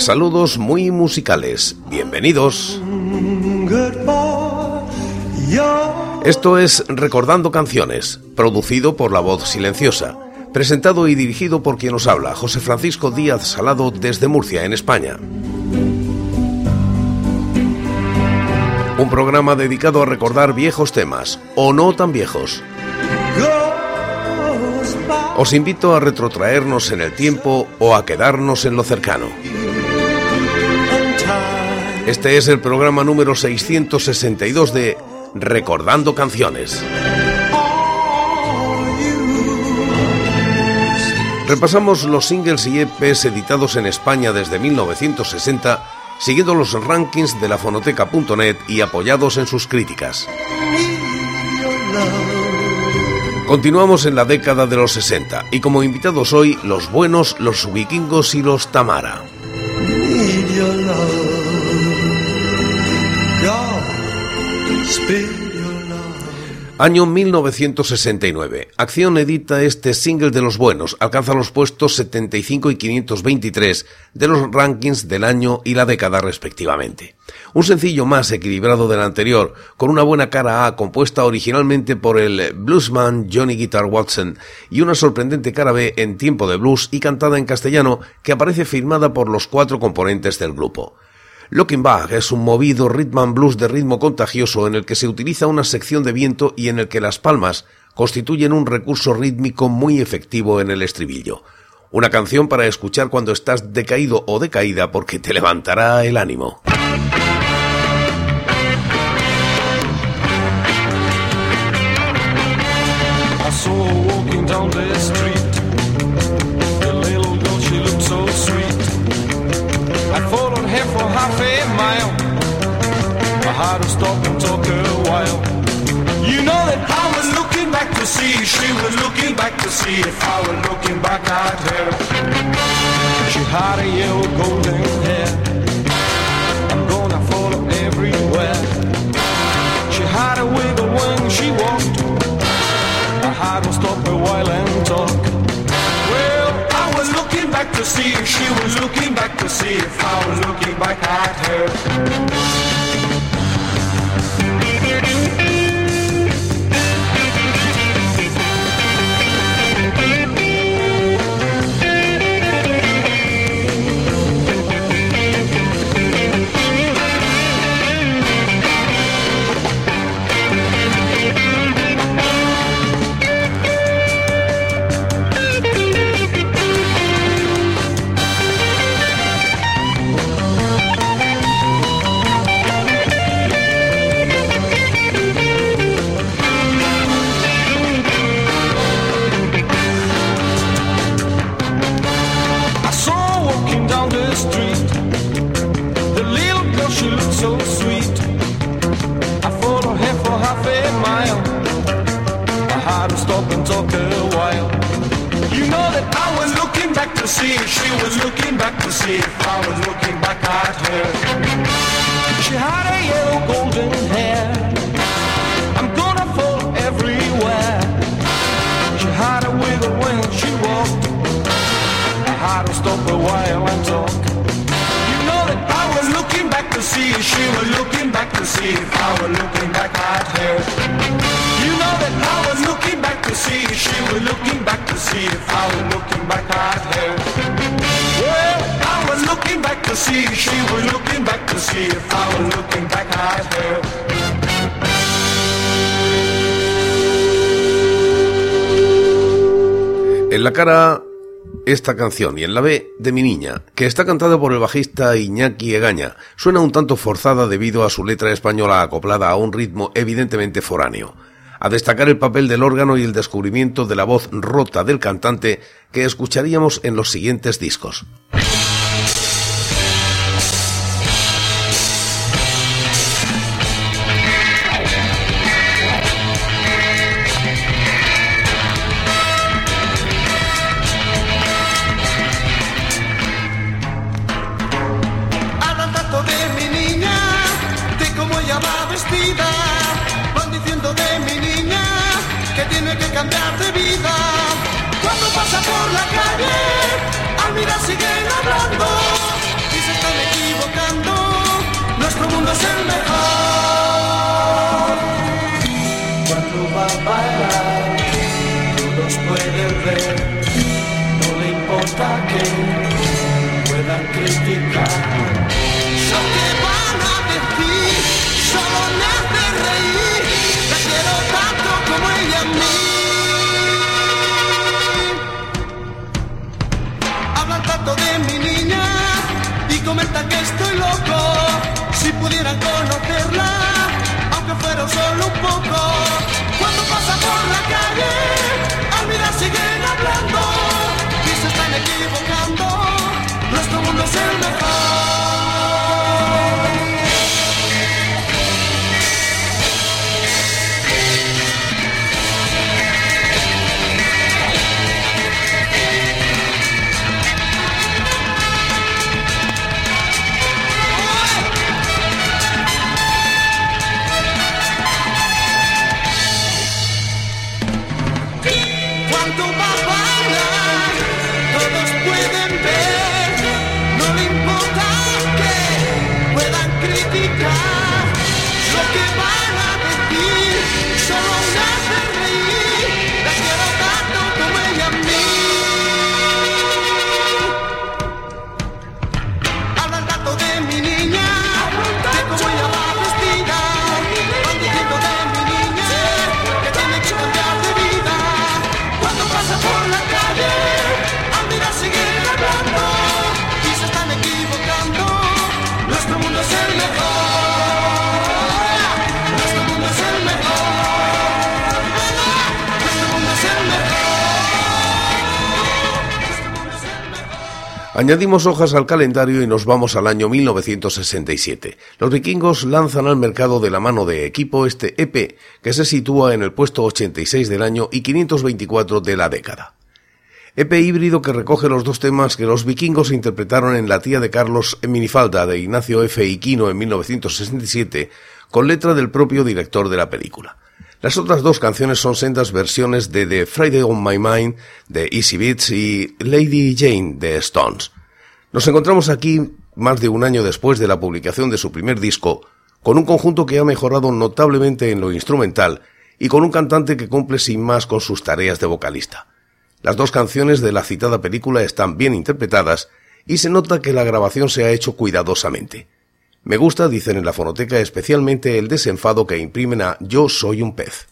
Saludos muy musicales, bienvenidos. Esto es Recordando Canciones, producido por La Voz Silenciosa, presentado y dirigido por quien os habla, José Francisco Díaz Salado, desde Murcia, en España. Un programa dedicado a recordar viejos temas, o no tan viejos. Os invito a retrotraernos en el tiempo o a quedarnos en lo cercano. Este es el programa número 662 de Recordando Canciones. Repasamos los singles y EPs editados en España desde 1960, siguiendo los rankings de la fonoteca.net y apoyados en sus críticas. Continuamos en la década de los 60 y como invitados hoy los Buenos, los Vikingos y los Tamara. Año 1969. Acción edita este single de los Buenos, alcanza los puestos 75 y 523 de los rankings del año y la década respectivamente. Un sencillo más equilibrado del anterior, con una buena cara A compuesta originalmente por el bluesman Johnny Guitar Watson y una sorprendente cara B en tiempo de blues y cantada en castellano que aparece firmada por los 4 componentes del grupo. Looking Back es un movido rhythm and blues de ritmo contagioso en el que se utiliza una sección de viento y en el que las palmas constituyen un recurso rítmico muy efectivo en el estribillo. Una canción para escuchar cuando estás decaído o decaída porque te levantará el ánimo. I had to stop and talk a while. You know that I was looking back to see if she was looking back to see if I was looking back at her. She had a yellow golden hair. I'm gonna follow everywhere. She had a wiggle when she walked. I had to stop a while and talk. Well, I was looking back to see if she was looking back to see if I was looking back at her. En la cara A, esta canción, y en la B, de Mi Niña, que está cantada por el bajista Iñaki Egaña, suena un tanto forzada debido a su letra española acoplada a un ritmo evidentemente foráneo. A destacar el papel del órgano y el descubrimiento de la voz rota del cantante que escucharíamos en los siguientes discos. Cambiar de vida. Cuando pasa por la calle, al mirar siguen hablando. Dicen que mundo es el mejor. Cuando va a bailar, todos pueden ver, no le importa que puedan criticar. Lo que van a decir solo me hace reír, la quiero tanto como ella a mí. Hablan tanto de mi niña y comentan que estoy loco. Si pudieran conocerla, aunque fuera solo un poco. Cuando pasa por la calle, al mirar siguen hablando y se están equivocando. Nuestro mundo es el mejor. Cuando va a bailar, todos pueden ver, no le importa que puedan criticar. Lo que van a decir solo me hace reír, la quiero tanto como ella a mí. Hablan tanto de mi niña, de cómo ella va vestida, van diciendo de mi niña que tiene que cambiar de vida. Cuando pasa por la calle, al mirar siguen hablando y se están equivocando. Nuestro mundo es el mejor. Nuestro mundo es el mejor. Nuestro mundo es el mejor. Añadimos hojas al calendario y nos vamos al año 1967. Los Vikingos lanzan al mercado de la mano de Equipo este EP, que se sitúa en el puesto 86 del año y 524 de la década. EP híbrido que recoge los dos temas que los Vikingos interpretaron en La tía de Carlos en minifalda de Ignacio F. Iquino en 1967, con letra del propio director de la película. Las otras dos canciones son sendas versiones de The Friday on My Mind de Easy Beats y Lady Jane de Stones. Nos encontramos aquí más de un año después de la publicación de su primer disco, con un conjunto que ha mejorado notablemente en lo instrumental y con un cantante que cumple sin más con sus tareas de vocalista. Las dos canciones de la citada película están bien interpretadas y se nota que la grabación se ha hecho cuidadosamente. Me gusta, dicen en la fonoteca, especialmente el desenfado que imprimen a Yo soy un pez.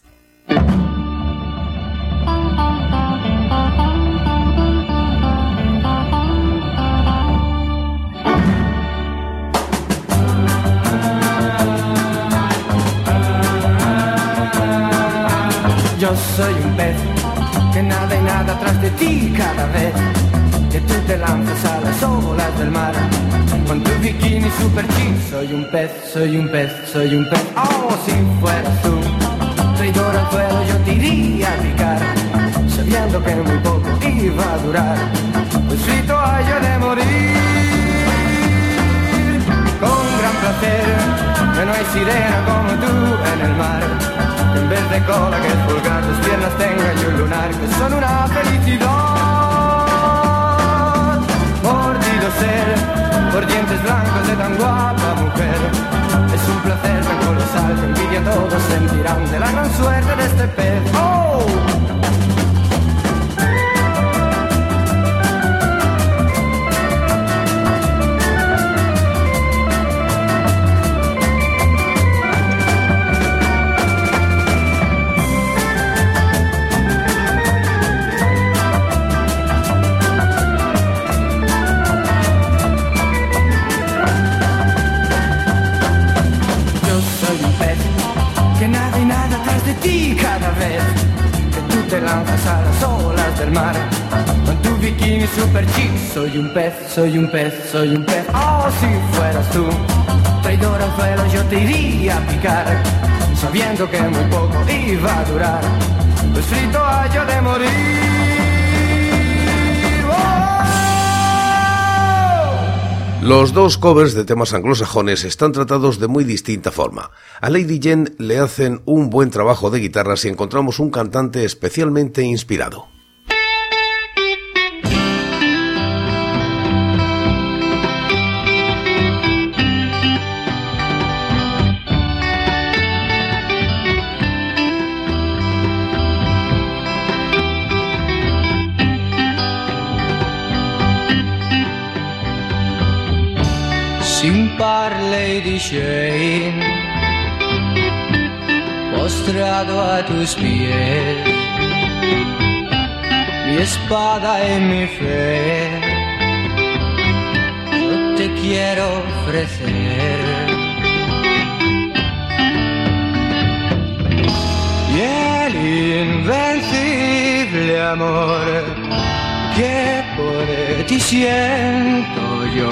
Yo soy un pez que nada y nada tras de ti cada vez que tú te lanzas a las olas del mar. Con tu bikini super chic, soy un pez, soy un pez, soy un pez. Oh, si fueras tú, traidor al fuego, yo te iría a picar, sabiendo que muy poco iba a durar. Pues frito a yo de morir, con gran placer, que no hay sirena como tú en el mar. En vez de cola que es vulgar, tus piernas tengan y un lunar que son una felicidad. Mordido ser por dientes blancos de tan guapa mujer, es un placer tan colosal que envidia todos sentirán de la gran suerte de este pez. ¡Oh! Cada vez que tú te lanzas a las olas del mar, con tu bikini super chic, soy un pez, soy un pez, soy un pez. Oh, si fueras tú, traidor al suelo, yo te iría a picar, sabiendo que muy poco iba a durar, pues frito a yo de morir. Los dos covers de temas anglosajones están tratados de muy distinta forma. A Lady Jane le hacen un buen trabajo de guitarras y encontramos un cantante especialmente inspirado. Lady Jane, postrado a tus pies, mi espada y mi fe, yo te quiero ofrecer. Y el invencible amor que por ti siento yo,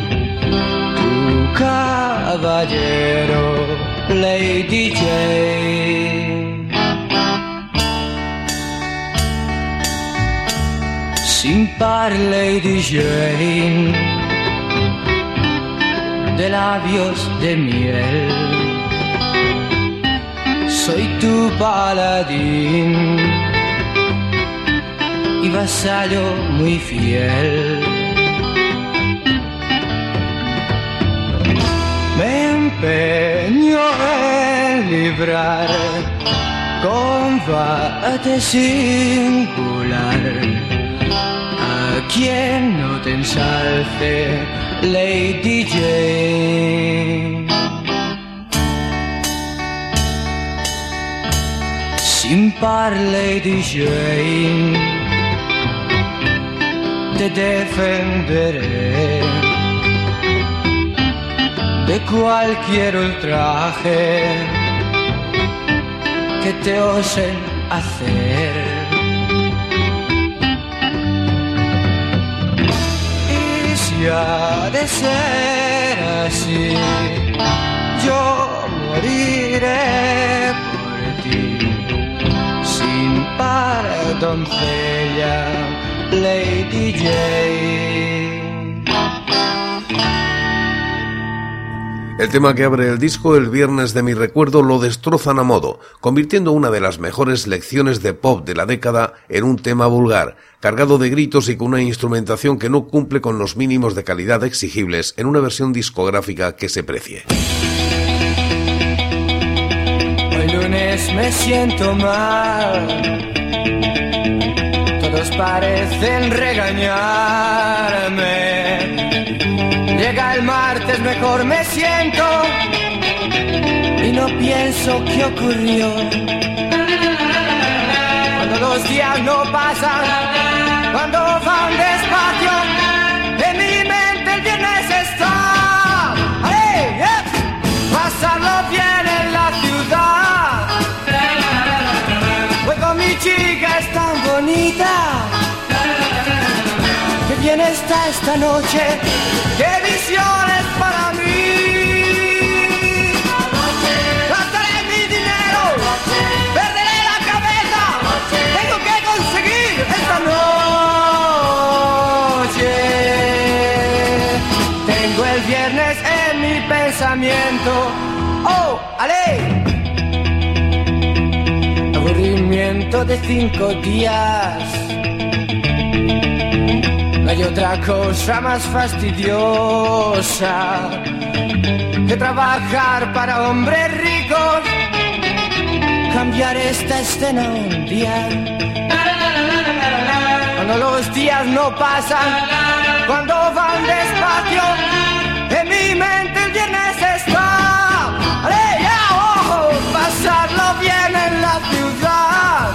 tu caballero, Lady Jane. Sin par, Lady Jane, de labios de miel, soy tu paladín y vasallo muy fiel. Me empeño en librar combate singular a quien no te ensalce, Lady Jane. Sin par, Lady Jane, te defenderé de cualquier ultraje que te osen hacer. Y si ha de ser así, yo moriré por ti. Sin par, doncella, Lady Jane. El tema que abre el disco, El viernes de mi recuerdo, lo destrozan a modo, convirtiendo una de las mejores lecciones de pop de la década en un tema vulgar, cargado de gritos y con una instrumentación que no cumple con los mínimos de calidad exigibles en una versión discográfica que se precie. Hoy lunes me siento mal, todos parecen regañarme. Llega el martes, mejor me siento y no pienso qué ocurrió. Cuando los días no pasan, cuando van despacio, en mi mente el viernes está. ¡Hey! Pasarlo bien en la ciudad. Voy con mi chica, es tan bonita. Qué bien está esta noche, qué visiones para mí. Gastaré mi dinero, perderé la cabeza, tengo que conseguir esta noche. Tengo el viernes en mi pensamiento. ¡Oh, ale! Aburrimiento de 5 días. No hay otra cosa más fastidiosa que trabajar para hombres ricos, cambiar esta escena un día. Cuando los días no pasan, cuando van despacio, en mi mente el viernes está. ¡Ale, ya, ojo! Pasarlo bien en la ciudad.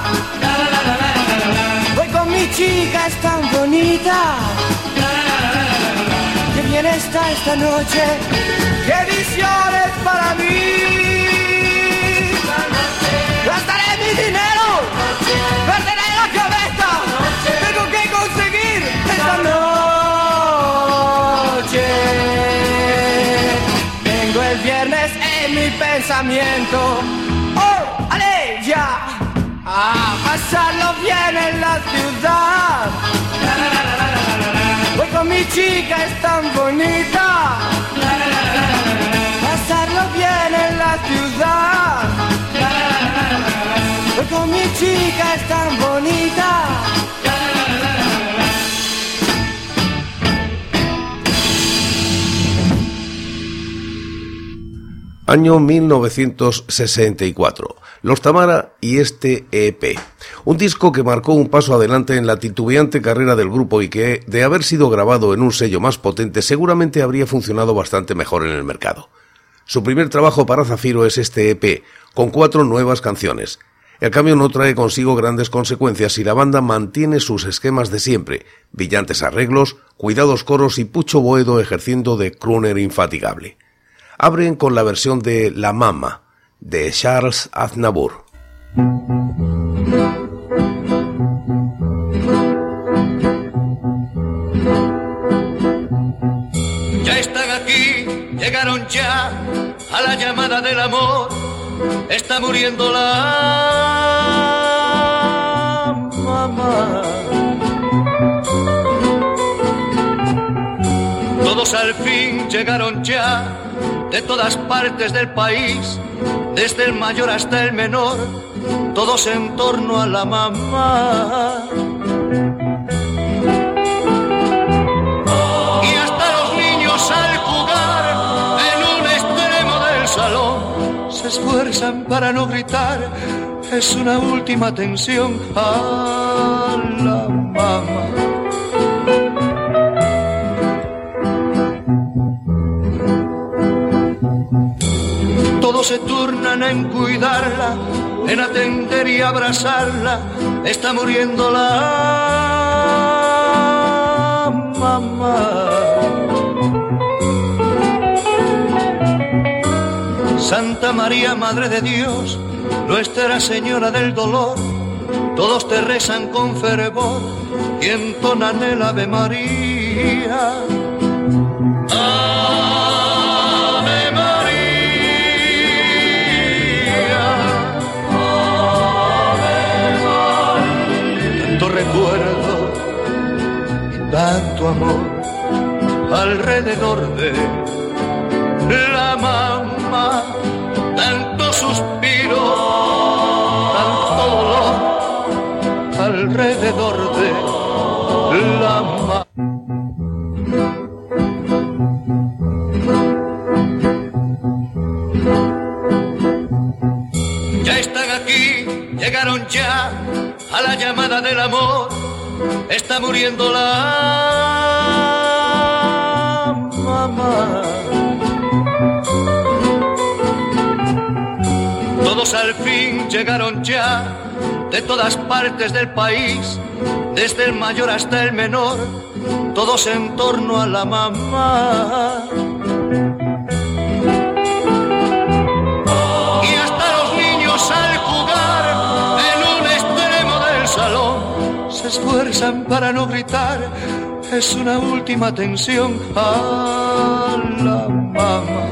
Voy con mi chica, es tan bonita. Qué bien está esta noche, qué visiones para mí. Gastaré mi dinero, perderé la cabeza, tengo que conseguir esta noche. Tengo el viernes en mi pensamiento. ¡Oh, ale, ya! A pasarlo bien en la ciudad. Voy con mi chica, es tan bonita. Pasarlo bien en la ciudad. Voy con mi chica, es tan bonita. Año 1964. Los Tamara y este EP. Un disco que marcó un paso adelante en la titubeante carrera del grupo y que, de haber sido grabado en un sello más potente, seguramente habría funcionado bastante mejor en el mercado. Su primer trabajo para Zafiro es este EP, con 4 nuevas canciones. El cambio no trae consigo grandes consecuencias y la banda mantiene sus esquemas de siempre, brillantes arreglos, cuidados coros y Pucho Boedo ejerciendo de crooner infatigable. Abren con la versión de La Mama, de Charles Aznavour. Ya están aquí, llegaron ya a la llamada del amor. Está muriendo la mamá. Todos al fin llegaron ya de todas partes del país, desde el mayor hasta el menor, todos en torno a la mamá. Y hasta los niños al jugar en un extremo del salón se esfuerzan para no gritar, es una última atención a la mamá. Todos se turnan en cuidarla, en atender y abrazarla, está muriendo la mamá. Santa María, Madre de Dios, Nuestra Señora del Dolor, todos te rezan con fervor y entonan el Ave María. Ave María, Ave María. Tanto recuerdo y tanto amor alrededor de la mamá, tanto suspiro, tanto dolor alrededor de la mamá. Ya están aquí, llegaron ya a la llamada del amor, está muriendo la mamá. Todos al fin llegaron ya de todas partes del país, desde el mayor hasta el menor, todos en torno a la mamá. Y hasta los niños al jugar en un extremo del salón se esfuerzan para no gritar, es una última atención a la mamá.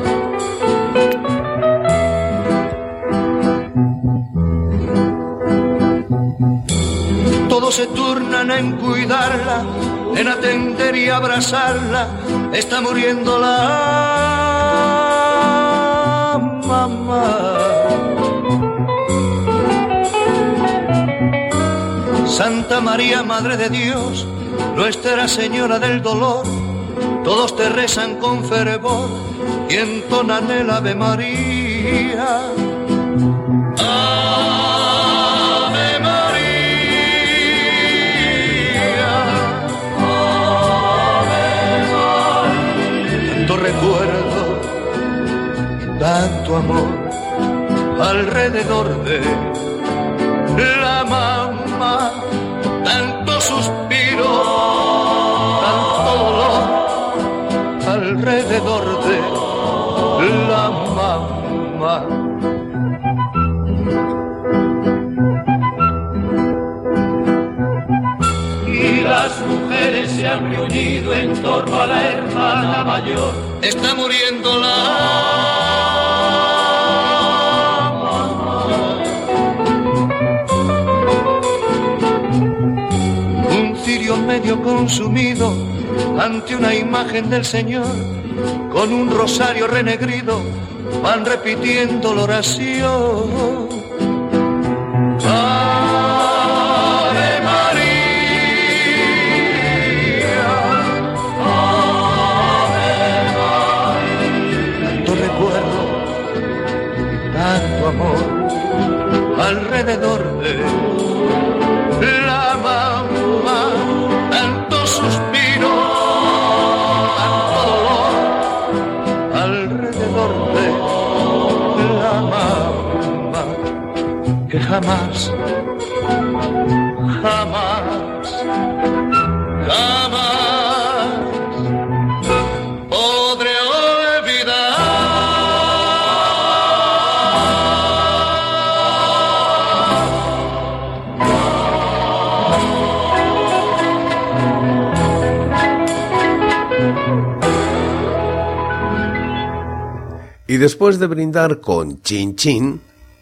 Todos se turnan en cuidarla, en atender y abrazarla, está muriendo la mamá. Santa María, Madre de Dios, Nuestra Señora del Dolor, todos te rezan con fervor y entonan el Ave María. Ave María, Ave María. Tanto recuerdo y tanto amor alrededor de la mamá, tanto suspiro, tanto dolor alrededor de la mamá. Y las mujeres se han reunido en torno a la hermana mayor. Está muriendo la medio consumido ante una imagen del Señor, con un rosario renegrido van repitiendo la oración. Ave María, Ave María. Tanto recuerdo y tanto amor alrededor de la mamá, tanto suspiro, tanto dolor alrededor de jamás, jamás, jamás podré olvidar. Y después de brindar con Chin Chin,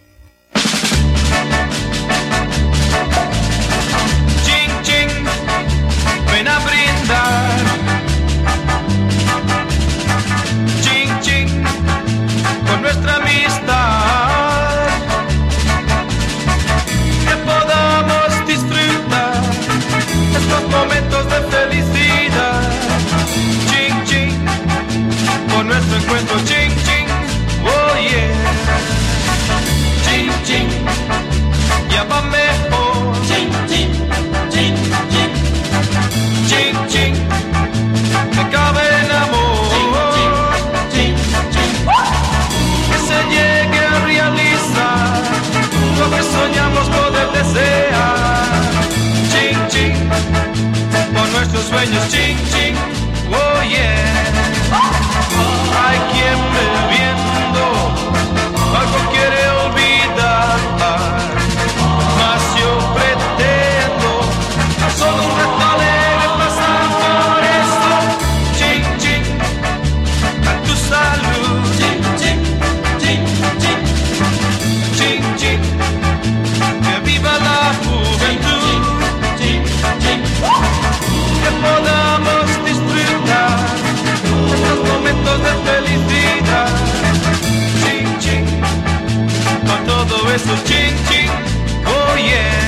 encuentro, ching, ching, oh yeah. Ching, ching, ya va mejor. Ching, ching, ching, ching. Ching, ching, me cabe el amor. Ching, ching, ching, ching. Que se llegue a realizar lo que soñamos poder desear. Ching, ching, por nuestros sueños, ching, ching, oh yeah. Hay quien bebiendo algo quiere olvidar, mas yo pretendo solo un rato alegre pasar por esto. Ching, ching, a tu salud. Ching, ching, ching, ching. Ching, ching, que viva la juventud. Ching, ching, que podamos disfrutar estos momentos de felicidad. Ching, ching, con todo eso, ching, ching, oh yeah.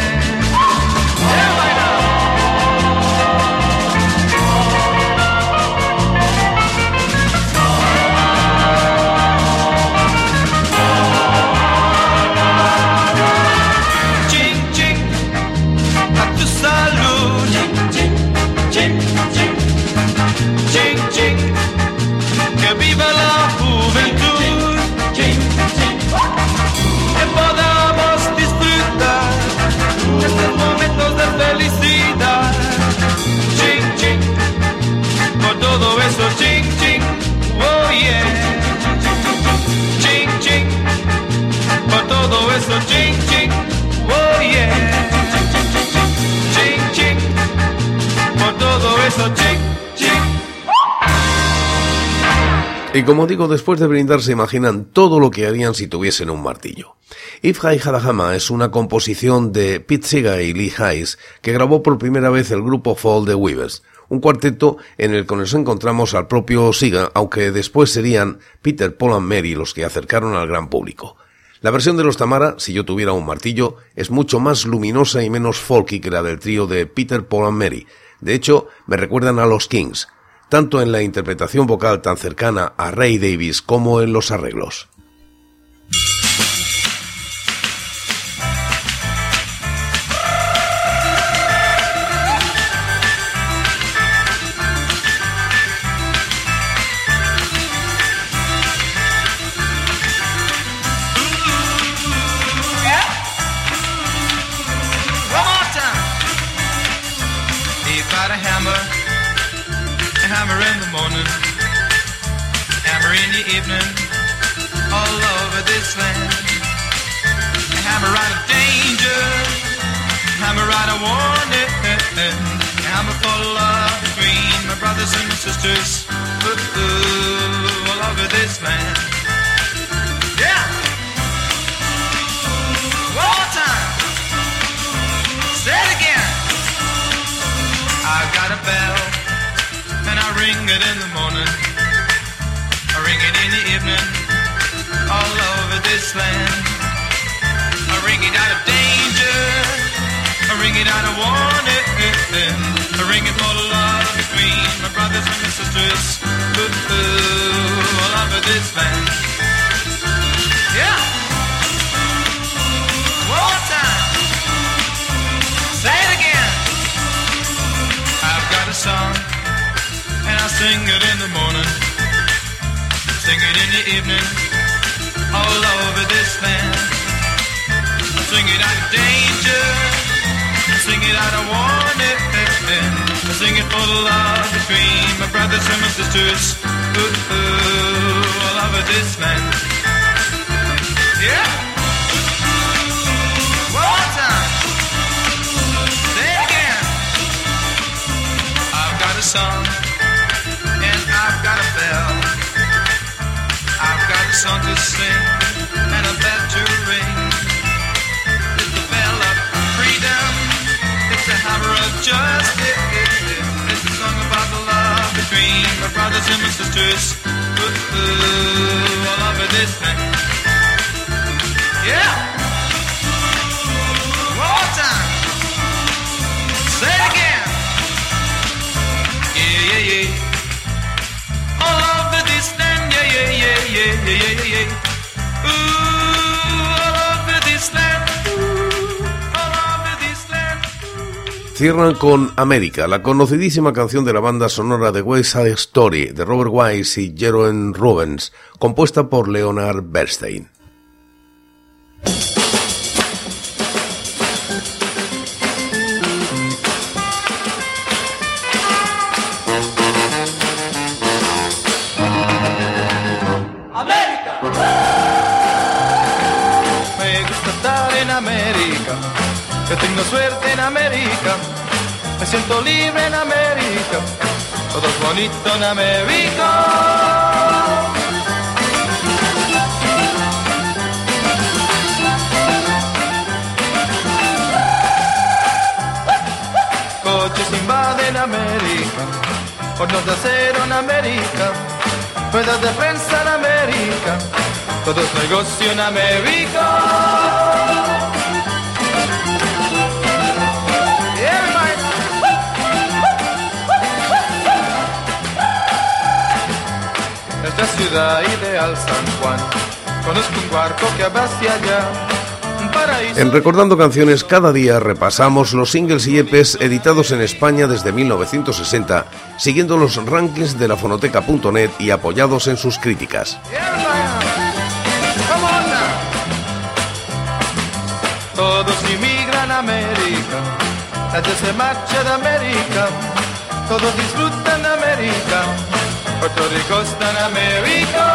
Ching, ching, a tu salud. Ching, ching, ching, ching. Ching, ching, que viva la juventud. Ching, ching, que podamos disfrutar estos momentos de felicidad. Ching, ching, por todo eso, ching, ching, oh yeah. Ching, ching, por todo eso, ching, ching, oh yeah. Ching, ching, por todo eso, ching, ching. Y como digo, después de brindar se imaginan todo lo que harían si tuviesen un martillo. If High Had a Hammer es una composición de Pete Seeger y Lee Hayes que grabó por primera vez el grupo Fall the Weavers, un cuarteto en el que nos encontramos al propio Seeger, aunque después serían Peter, Paul and Mary los que acercaron al gran público. La versión de los Tamara, Si yo tuviera un martillo, es mucho más luminosa y menos folky que la del trío de Peter, Paul and Mary. De hecho, me recuerdan a los Kings, tanto en la interpretación vocal tan cercana a Ray Davies como en los arreglos. Hammer in the morning, hammer in the evening, all over this land. Hammer out of danger, hammer out of warning, hammer for love between my brothers and my sisters, all over this land. Yeah! One more time. Say it again. I've got a bell, and I ring it in the morning, I ring it in the evening, all over this land. I ring it out of danger, I ring it out of warning, I ring it for the love between my brothers and my sisters, all over this land. Yeah! One more time. Say it again. I've got a song, and I sing it in the morning, sing it in the evening, all over this land. I sing it out danger. Sing it, I don't want it. Sing it for the love between my brothers and my sisters. Ooh, ooh, all over this land. Yeah. One more time. Say it again. I've got a song and I've got a bell. I've got a song to sing and a bell to ring. It's the bell of freedom. It's the hammer of justice. It's a song about the love between my brothers and my sisters. Ooh, ooh, all over this thing. Yeah. One more time. Say it again. Yeah, yeah, yeah. All over this land. Yeah, yeah, yeah, yeah, yeah, yeah, yeah. Ooh, all over this land. Cierran con América, la conocidísima canción de la banda sonora de West Side Story de Robert Wise y Jeroen Rubens, compuesta por Leonard Bernstein. ¡América! Me gusta estar en América. Yo tengo suerte en América, me siento libre en América, todo es bonito en América. Coches invaden América, hornos de acero en América, ruedas de prensa en América, todo es negocio en América. Esta ciudad ideal San Juan, conozco un barco que va hacia allá, un paraíso. En Recordando Canciones cada día repasamos los singles y EPs editados en España desde 1960, siguiendo los rankings de lafonoteca.net y apoyados en sus críticas. Todos inmigran a América, la gente se marcha de América, todos disfrutan de América. Puerto Rico está en América.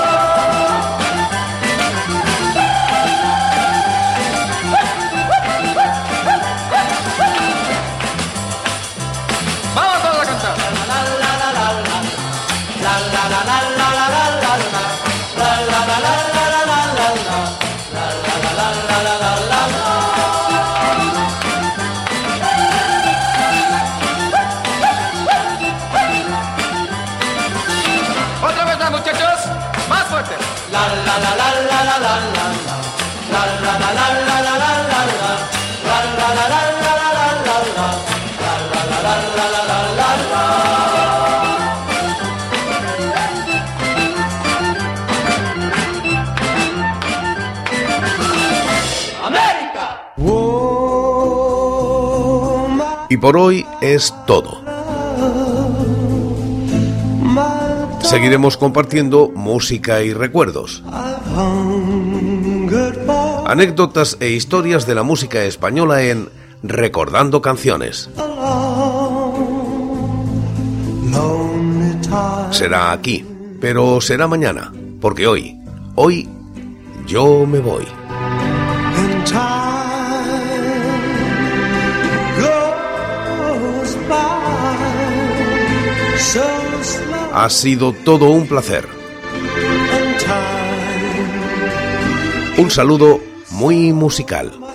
Vamos todos a cantar. Y por hoy es todo. Seguiremos compartiendo música y recuerdos, anécdotas e historias de la música española en Recordando Canciones. Será aquí, pero será mañana, porque hoy yo me voy. Ha sido todo un placer. Un saludo muy musical.